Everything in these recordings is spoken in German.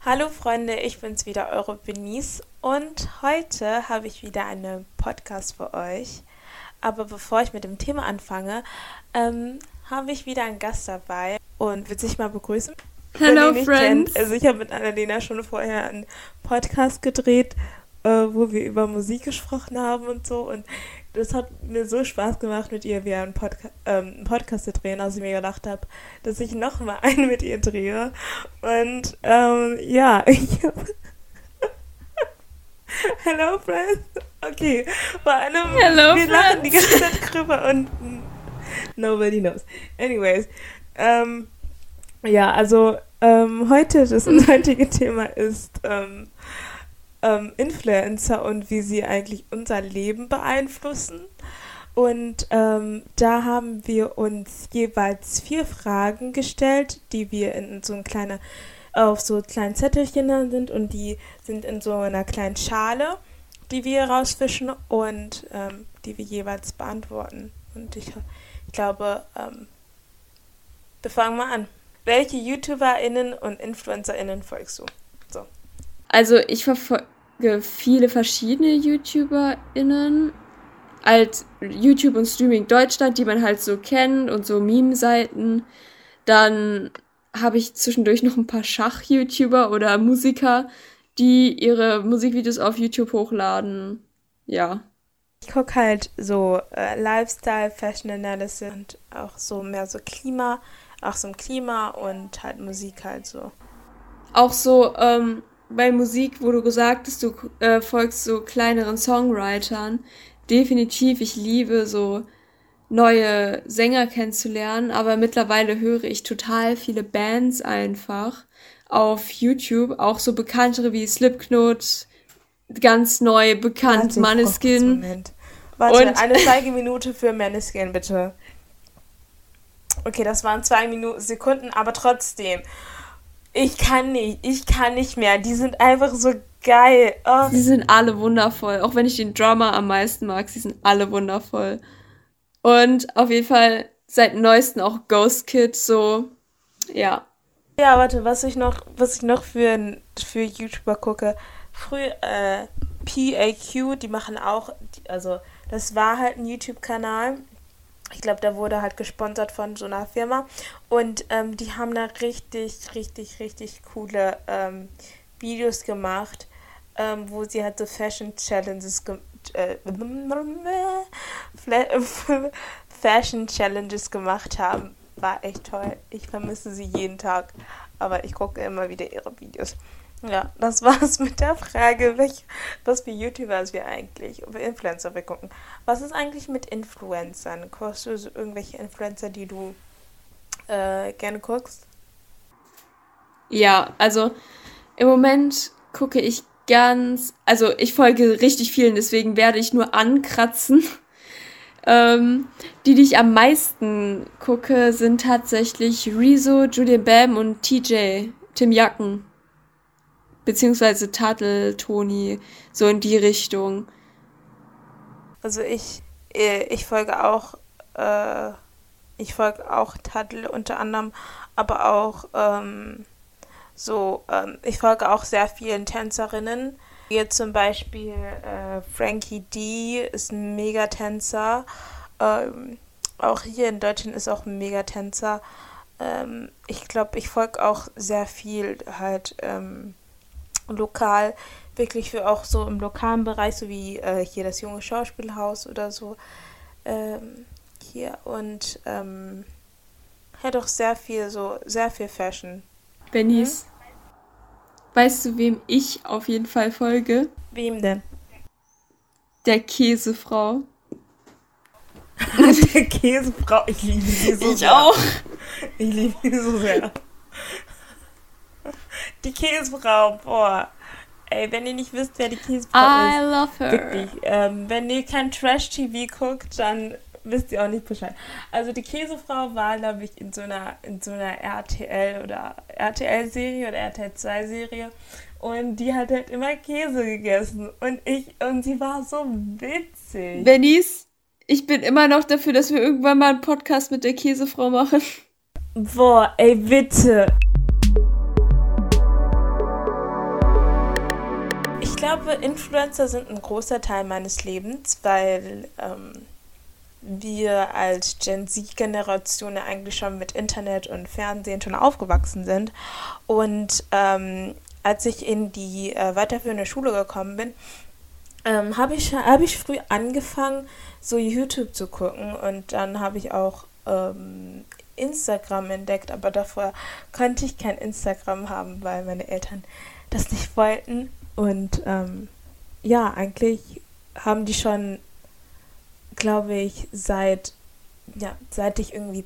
Hallo Freunde, ich bin's wieder, eure Benice, und heute habe ich wieder einen Podcast für euch. Aber bevor ich mit dem Thema anfange, habe ich wieder einen Gast dabei und will sich mal begrüßen. Hello, Wenn ihr mich friends. kennt, also ich habe mit Annalena schon vorher einen Podcast gedreht, wo wir über Musik gesprochen haben und so, und das hat mir so Spaß gemacht, mit ihr wieder einen Podcast zu drehen, als ich mir gedacht habe, dass ich nochmal einen mit ihr drehe. Und ja, Hello Friends. Okay, bei einem, Hello, wir lachen die friends. ganze Zeit drüber und nobody knows. Anyways, ja, also unser heutiges Thema ist Influencer und wie sie eigentlich unser Leben beeinflussen. Und da haben wir uns jeweils 4 Fragen gestellt, die wir in so auf so kleinen Zettelchen sind, und die sind in so einer kleinen Schale, die wir rausfischen und die wir jeweils beantworten. Und ich glaube, wir fangen mal an. Welche YouTuberInnen und InfluencerInnen folgst du? So. Also ich verfolge viele verschiedene YouTuberInnen als YouTube und Streaming Deutschland, die man halt so kennt, und so Meme-Seiten. Dann habe ich zwischendurch noch ein paar Schach-YouTuber oder Musiker, die ihre Musikvideos auf YouTube hochladen. Ja. Ich gucke halt so Lifestyle, Fashion Analysis und auch so mehr so Klima, auch so im Klima und halt Musik halt so. Auch so bei Musik, wo du gesagt hast, du folgst so kleineren Songwritern. Definitiv, ich liebe so neue Sänger kennenzulernen, aber mittlerweile höre ich total viele Bands einfach auf YouTube, auch so bekanntere wie Slipknot, ganz neu bekannt, Warte, ich brauch kurz einen Maneskin. Moment. Warte, Und eine Schweigeminute für Maneskin, bitte. Okay, das waren 2 Sekunden, aber trotzdem. Ich kann nicht mehr. Die sind einfach so geil. Oh. sie sind alle wundervoll, auch wenn ich den Drummer am meisten mag, sie sind alle wundervoll. Und auf jeden Fall seit neuestem auch Ghost Kid, so, ja. Ja, warte, was ich noch für YouTuber gucke. Früher, PAQ, die machen auch, also das war halt ein YouTube-Kanal. Ich glaube, der wurde halt gesponsert von so einer Firma. Und die haben da richtig coole Videos gemacht, wo sie halt so Fashion Challenges gemacht haben. War echt toll. Ich vermisse sie jeden Tag. Aber ich gucke immer wieder ihre Videos. Ja, das war's mit der Frage, was für YouTuber wir eigentlich, für Influencer wir gucken. Was ist eigentlich mit Influencern? Guckst du so irgendwelche Influencer, die du gerne guckst? Ja, also im Moment gucke ich also ich folge richtig vielen, deswegen werde ich nur ankratzen. Die ich am meisten gucke, sind tatsächlich Rezo, Julian Bam und TJ, Tim Jacken. Beziehungsweise Tatel, Toni, so in die Richtung. Also ich folge auch Tadl unter anderem, aber auch ich folge auch sehr vielen Tänzerinnen. Jetzt zum Beispiel Frankie D ist ein Megatänzer. Auch hier in Deutschland ist auch ein Megatänzer. Ich glaube, ich folge auch sehr viel halt lokal, wirklich für auch so im lokalen Bereich, so wie hier das Junge Schauspielhaus oder so. Hier und hat auch sehr viel Fashion. Benice, weißt du, wem ich auf jeden Fall folge? Wem denn? Der Käsefrau. Der Käsefrau, ich liebe sie so Ich sehr. auch. Ich liebe sie so sehr. Die Käsefrau, boah. Ey, wenn ihr nicht wisst, wer die Käsefrau I ist, love her. wirklich, wenn ihr kein Trash-TV guckt, dann wisst ihr auch nicht Bescheid. Also die Käsefrau war, glaube ich, in so einer RTL oder RTL-Serie oder RTL-2-Serie, und die hat halt immer Käse gegessen, und sie war so witzig. Benice, ich bin immer noch dafür, dass wir irgendwann mal einen Podcast mit der Käsefrau machen. Boah, ey, bitte. glaube, Influencer sind ein großer Teil meines Lebens, weil wir als Gen Z-Generation ja eigentlich schon mit Internet und Fernsehen schon aufgewachsen sind. Und als ich in die weiterführende Schule gekommen bin, hab ich früh angefangen, so YouTube zu gucken. Und dann habe ich auch Instagram entdeckt, aber davor konnte ich kein Instagram haben, weil meine Eltern das nicht wollten. Und ja, eigentlich haben die schon, glaube ich, seit ich irgendwie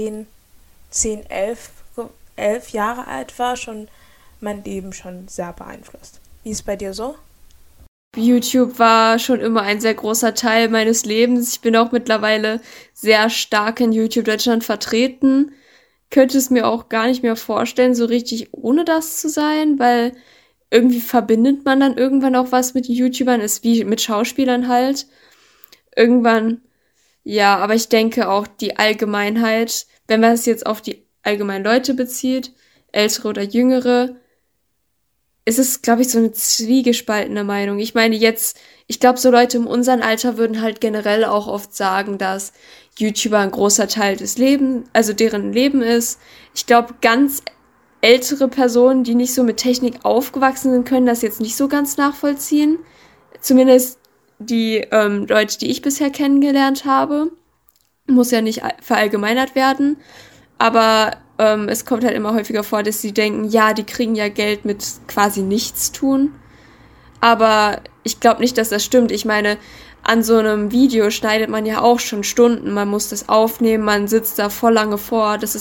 11 Jahre alt war, schon mein Leben schon sehr beeinflusst. Wie ist es bei dir so? YouTube war schon immer ein sehr großer Teil meines Lebens. Ich bin auch mittlerweile sehr stark in YouTube Deutschland vertreten. Könnte es mir auch gar nicht mehr vorstellen, so richtig ohne das zu sein, weil irgendwie verbindet man dann irgendwann auch was mit YouTubern, ist wie mit Schauspielern halt. Irgendwann, ja, aber ich denke auch die Allgemeinheit, wenn man es jetzt auf die allgemeinen Leute bezieht, ältere oder jüngere, ist es, glaube ich, so eine zwiegespaltene Meinung. Ich meine jetzt, ich glaube, so Leute in unserem Alter würden halt generell auch oft sagen, dass YouTuber ein großer Teil des Lebens, also deren Leben ist. Ich glaube, ganz ältere Personen, die nicht so mit Technik aufgewachsen sind, können das jetzt nicht so ganz nachvollziehen. Zumindest die Leute, die ich bisher kennengelernt habe. Muss ja nicht verallgemeinert werden. Aber es kommt halt immer häufiger vor, dass sie denken, ja, die kriegen ja Geld mit quasi nichts tun. Aber ich glaube nicht, dass das stimmt. Ich meine, an so einem Video schneidet man ja auch schon Stunden. Man muss das aufnehmen, man sitzt da voll lange vor. Das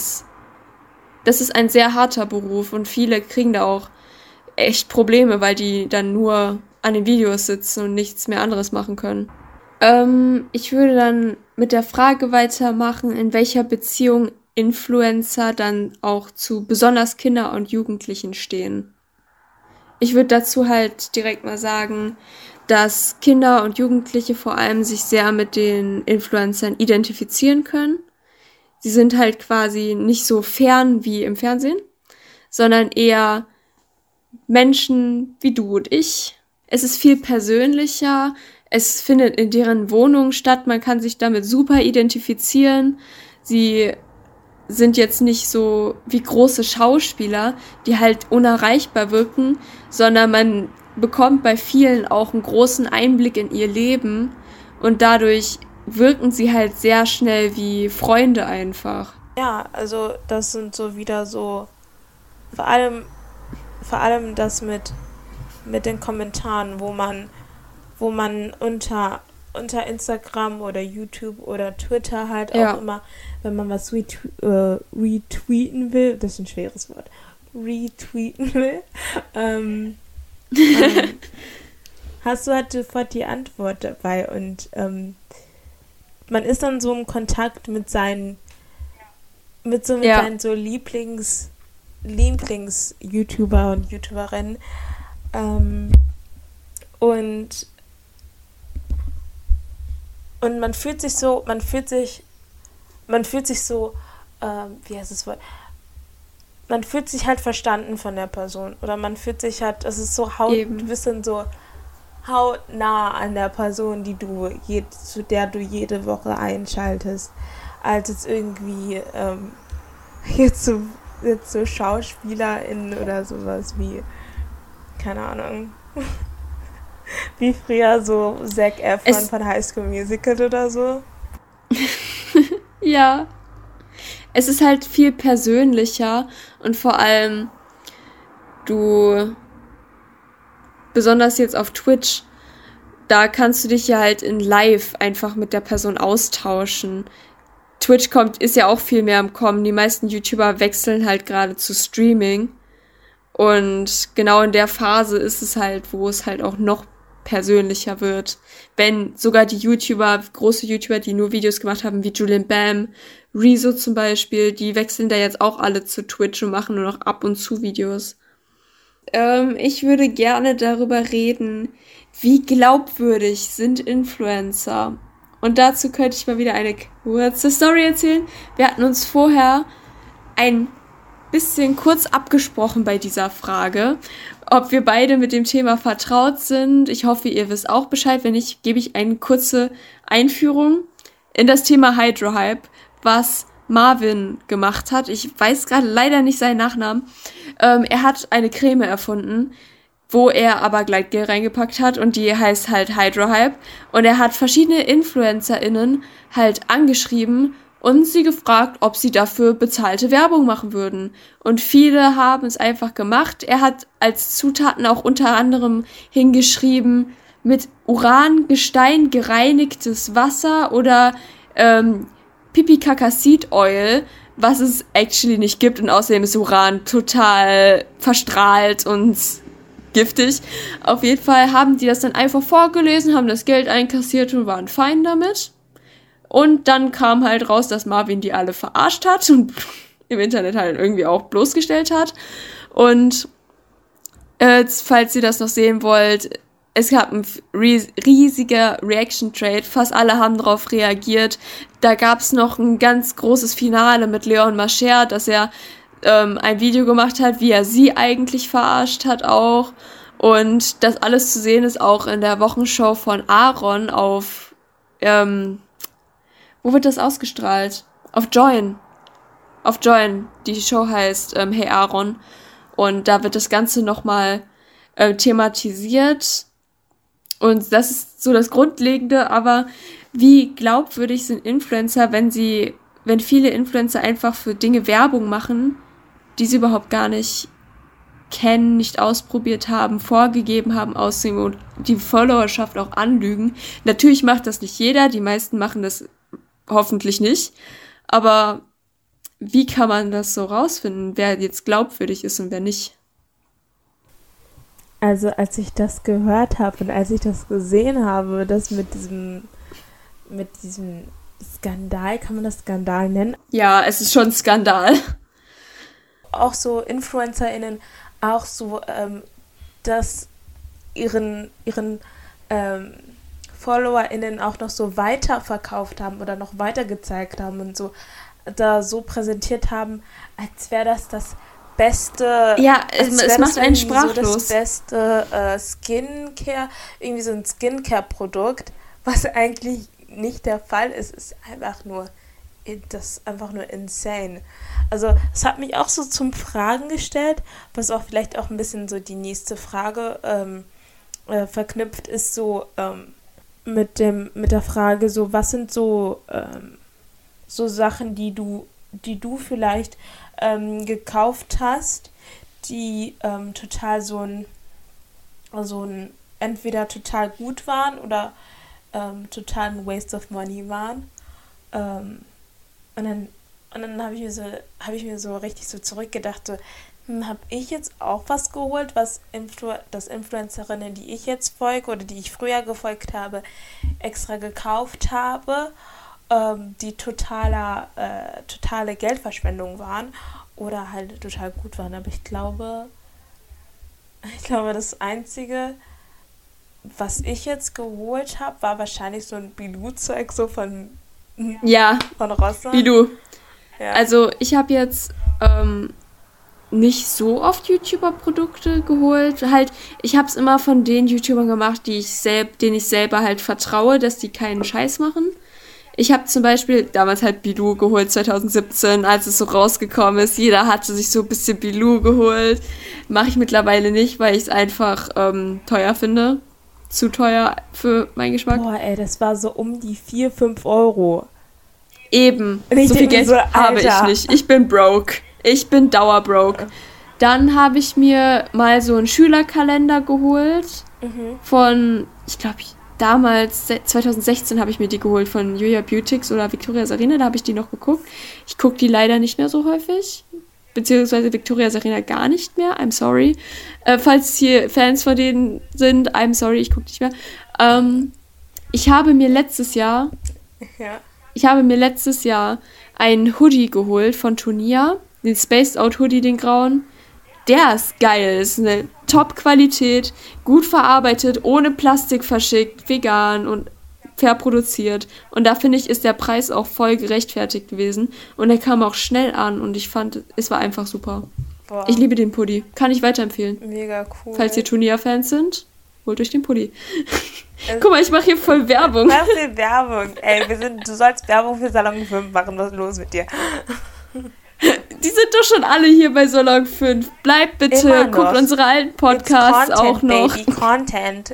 ist ein sehr harter Beruf und viele kriegen da auch echt Probleme, weil die dann nur an den Videos sitzen und nichts mehr anderes machen können. Ich würde dann mit der Frage weitermachen, in welcher Beziehung Influencer dann auch zu besonders Kinder und Jugendlichen stehen. Ich würde dazu halt direkt mal sagen, dass Kinder und Jugendliche vor allem sich sehr mit den Influencern identifizieren können. Sie sind halt quasi nicht so fern wie im Fernsehen, sondern eher Menschen wie du und ich. Es ist viel persönlicher, es findet in deren Wohnung statt, man kann sich damit super identifizieren. Sie sind jetzt nicht so wie große Schauspieler, die halt unerreichbar wirken, sondern man bekommt bei vielen auch einen großen Einblick in ihr Leben und dadurch wirken sie halt sehr schnell wie Freunde einfach. Ja, also das sind so wieder so, vor allem, vor allem das mit den Kommentaren, wo man unter Instagram oder YouTube oder Twitter halt auch Ja, immer, wenn man was retweeten will, das ist ein schweres Wort, retweeten will, ähm, ähm, hast du halt sofort die Antwort dabei und man ist dann so im Kontakt mit ja, seinen so Lieblings-YouTuber und YouTuberinnen. Ähm, und, und man fühlt sich so, wie heißt das Wort? Man fühlt sich halt verstanden von der Person. Oder man fühlt sich halt, es ist so du eben. bist dann so hautnah an der Person, zu der du jede Woche einschaltest, als jetzt irgendwie jetzt so, jetzt so SchauspielerInnen oder sowas wie, keine Ahnung, wie früher so Zac Efron Es, von High School Musical oder so. ja, es ist halt viel persönlicher und vor allem du, besonders jetzt auf Twitch, da kannst du dich ja halt in Live einfach mit der Person austauschen. Ist ja auch viel mehr im Kommen. Die meisten YouTuber wechseln halt gerade zu Streaming. Und genau in der Phase ist es halt, wo es halt auch noch persönlicher wird. Wenn sogar die YouTuber, große YouTuber, die nur Videos gemacht haben, wie Julian Bam, Rezo zum Beispiel, die wechseln da jetzt auch alle zu Twitch und machen nur noch ab und zu Videos. Ich würde gerne darüber reden, wie glaubwürdig sind Influencer. Und dazu könnte ich mal wieder eine kurze Story erzählen. Wir hatten uns vorher ein bisschen kurz abgesprochen bei dieser Frage, ob wir beide mit dem Thema vertraut sind. Ich hoffe, ihr wisst auch Bescheid. Wenn nicht, gebe ich eine kurze Einführung in das Thema Hydrohype, was Marvin gemacht hat. Ich weiß gerade leider nicht seinen Nachnamen. Er hat eine Creme erfunden, wo er aber Gleitgel reingepackt hat und die heißt halt Hydrohype. Und er hat verschiedene InfluencerInnen halt angeschrieben und sie gefragt, ob sie dafür bezahlte Werbung machen würden. Und viele haben es einfach gemacht. Er hat als Zutaten auch unter anderem hingeschrieben, mit Urangestein gereinigtes Wasser oder Pipi-Kaka-Seed Oil, was es actually nicht gibt. Und außerdem ist Uran total verstrahlt und giftig. Auf jeden Fall haben die das dann einfach vorgelesen, haben das Geld einkassiert und waren fein damit. Und dann kam halt raus, dass Marvin die alle verarscht hat und im Internet halt irgendwie auch bloßgestellt hat. Und falls ihr das noch sehen wollt, es gab ein riesiger Reaction-Trade. Fast alle haben darauf reagiert. Da gab es noch ein ganz großes Finale mit Leon Mascher, dass er ein Video gemacht hat, wie er sie eigentlich verarscht hat auch. Und das alles zu sehen ist auch in der Wochenshow von Aaron auf, wo wird das ausgestrahlt? Auf Join. Auf Join. Die Show heißt Hey Aaron. Und da wird das Ganze nochmal thematisiert. Und das ist so das Grundlegende. Aber wie glaubwürdig sind Influencer, wenn viele Influencer einfach für Dinge Werbung machen, die sie überhaupt gar nicht kennen, nicht ausprobiert haben, vorgegeben haben, aussehen und die Followerschaft auch anlügen. Natürlich macht das nicht jeder, die meisten machen das hoffentlich nicht, aber wie kann man das so rausfinden, wer jetzt glaubwürdig ist und wer nicht? Also als ich das gehört habe und als ich das gesehen habe, das mit diesem Skandal, kann man das Skandal nennen? Ja, es ist schon ein Skandal. Auch so InfluencerInnen auch so, dass ihren FollowerInnen auch noch so weiterverkauft haben oder noch weiter gezeigt haben und so da so präsentiert haben, als wäre das beste... Ja, es macht einen sprachlos. So das beste Skincare, irgendwie so ein Skincare-Produkt, was eigentlich nicht der Fall ist, ist einfach nur insane. Also es hat mich auch so zum Fragen gestellt, was auch vielleicht auch ein bisschen so die nächste Frage verknüpft ist, so mit der Frage, so was sind so Sachen, die du vielleicht gekauft hast, die total so ein entweder total gut waren oder total ein Waste of Money waren. Und dann habe ich mir so richtig so zurückgedacht, so, habe ich jetzt auch was geholt, was das Influencerinnen, die ich jetzt folge oder die ich früher gefolgt habe, extra gekauft habe, die totale Geldverschwendung waren oder halt total gut waren. Aber ich glaube, das Einzige, was ich jetzt geholt habe, war wahrscheinlich so ein Bilou-Zeug, so von Rossmann. Bilou. Ja. Also ich habe jetzt nicht so oft YouTuber-Produkte geholt. Halt, ich habe es immer von den YouTubern gemacht, denen ich selber halt vertraue, dass die keinen Scheiß machen. Ich habe zum Beispiel damals halt Bilou geholt, 2017, als es so rausgekommen ist. Jeder hatte sich so ein bisschen Bilou geholt. Mache ich mittlerweile nicht, weil ich es einfach teuer finde. Zu teuer für meinen Geschmack. Boah, ey, das war so um die 4-5 Euro. Eben, so viel Geld habe ich nicht. Ich bin broke. Ich bin dauerbroke. Dann habe ich mir mal so einen Schülerkalender geholt. Von, ich glaube, damals, 2016 habe ich mir die geholt von Julia Beautix oder Victoria Sarina. Da habe ich die noch geguckt. Ich gucke die leider nicht mehr so häufig. Beziehungsweise Victoria Sarina gar nicht mehr. I'm sorry. Falls hier Fans von denen sind, I'm sorry, ich gucke nicht mehr. Ich habe mir letztes Jahr einen Hoodie geholt von Tonia. Den Spaced Out Hoodie, den grauen. Der ist geil. Ist eine Top-Qualität, gut verarbeitet, ohne Plastik verschickt, vegan und fair produziert. Und da finde ich, ist der Preis auch voll gerechtfertigt gewesen. Und er kam auch schnell an und ich fand, es war einfach super. Boah. Ich liebe den Pulli. Kann ich weiterempfehlen. Mega cool. Falls ihr Turnier-Fans sind, holt euch den Pulli. Guck mal, ich mache hier voll Werbung. Was für Werbung? Ey, du sollst Werbung für Salon 5 machen. Was ist los mit dir? Die sind doch schon alle hier bei Salon 5. Bleibt bitte, guckt unsere alten Podcasts Content, auch noch. Baby, Content.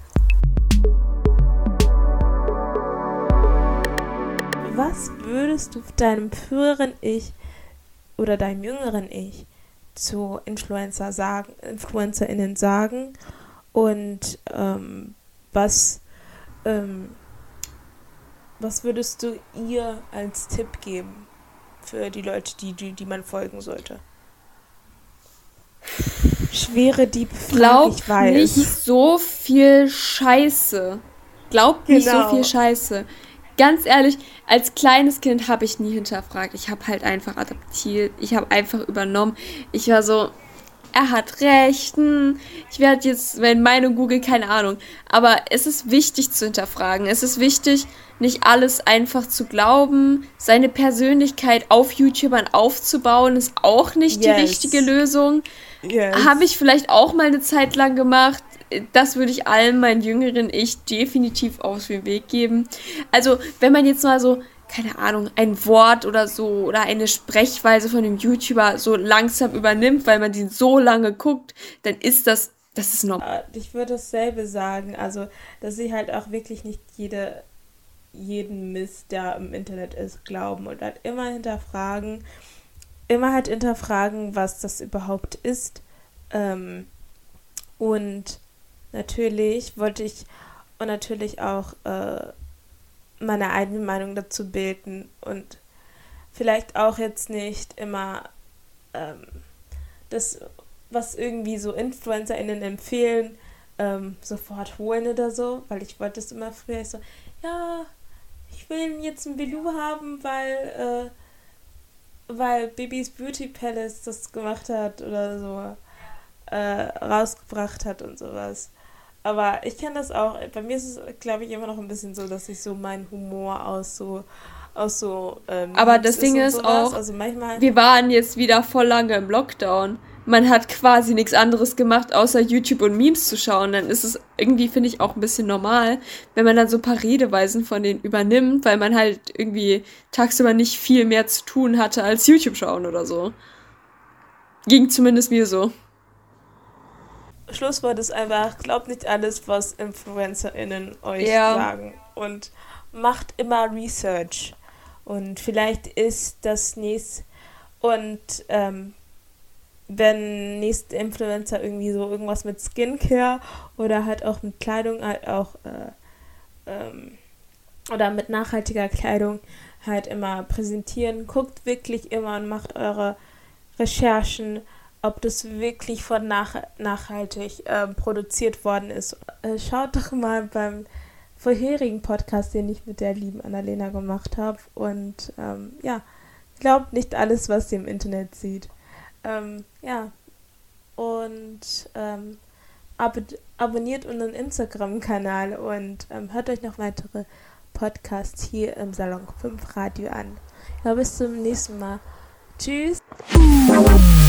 Was würdest du deinem früheren Ich oder deinem jüngeren Ich zu InfluencerInnen sagen? Und was würdest du ihr als Tipp geben für die Leute, die man folgen sollte? Schwere Diebfrage, ich weiß. Nicht so viel Scheiße. Glaubt nicht so viel Scheiße. Ganz ehrlich, als kleines Kind habe ich nie hinterfragt. Ich habe halt einfach adaptiert. Ich habe einfach übernommen. Ich war so, er hat recht. Ich werde jetzt, wenn meine Google, keine Ahnung. Aber es ist wichtig zu hinterfragen. Es ist wichtig, nicht alles einfach zu glauben. Seine Persönlichkeit auf YouTubern aufzubauen, ist auch nicht die richtige Lösung. Habe ich vielleicht auch mal eine Zeit lang gemacht. Das würde ich allen meinen jüngeren Ich definitiv aus dem Weg geben. Also, wenn man jetzt mal so, keine Ahnung, ein Wort oder so oder eine Sprechweise von einem YouTuber so langsam übernimmt, weil man den so lange guckt, dann ist das ist normal. Ich würde dasselbe sagen, also, dass sie halt auch wirklich nicht jeden Mist, der im Internet ist, glauben und halt immer hinterfragen, was das überhaupt ist. Und natürlich wollte ich natürlich auch meine eigene Meinung dazu bilden und vielleicht auch jetzt nicht immer das, was irgendwie so InfluencerInnen empfehlen, sofort holen oder so, weil ich wollte es immer früher so, ja, ich will jetzt ein Belu haben, weil Bibis Beauty Palace das gemacht hat oder so, rausgebracht hat und sowas. Aber ich kann das auch, bei mir ist es, glaube ich, immer noch ein bisschen so, dass ich so meinen Humor aus so aber das Ding ist auch, also manchmal, wir waren jetzt wieder voll lange im Lockdown. Man hat quasi nichts anderes gemacht, außer YouTube und Memes zu schauen. Dann ist es irgendwie, finde ich, auch ein bisschen normal, wenn man dann so ein paar Redeweisen von denen übernimmt, weil man halt irgendwie tagsüber nicht viel mehr zu tun hatte als YouTube schauen oder so. Ging zumindest mir so. Schlusswort ist einfach, glaubt nicht alles, was InfluencerInnen euch sagen. Und macht immer Research. Und vielleicht ist das nächste, und wenn nächste Influencer irgendwie so irgendwas mit Skincare oder halt auch mit Kleidung halt auch oder mit nachhaltiger Kleidung halt immer präsentieren, guckt wirklich immer und macht eure Recherchen, ob das wirklich von nachhaltig produziert worden ist. Schaut doch mal beim vorherigen Podcast, den ich mit der lieben Annalena gemacht habe. Und glaubt nicht alles, was ihr im Internet seht. Und abonniert unseren Instagram-Kanal und hört euch noch weitere Podcasts hier im Salon 5 Radio an. Ja, bis zum nächsten Mal. Tschüss.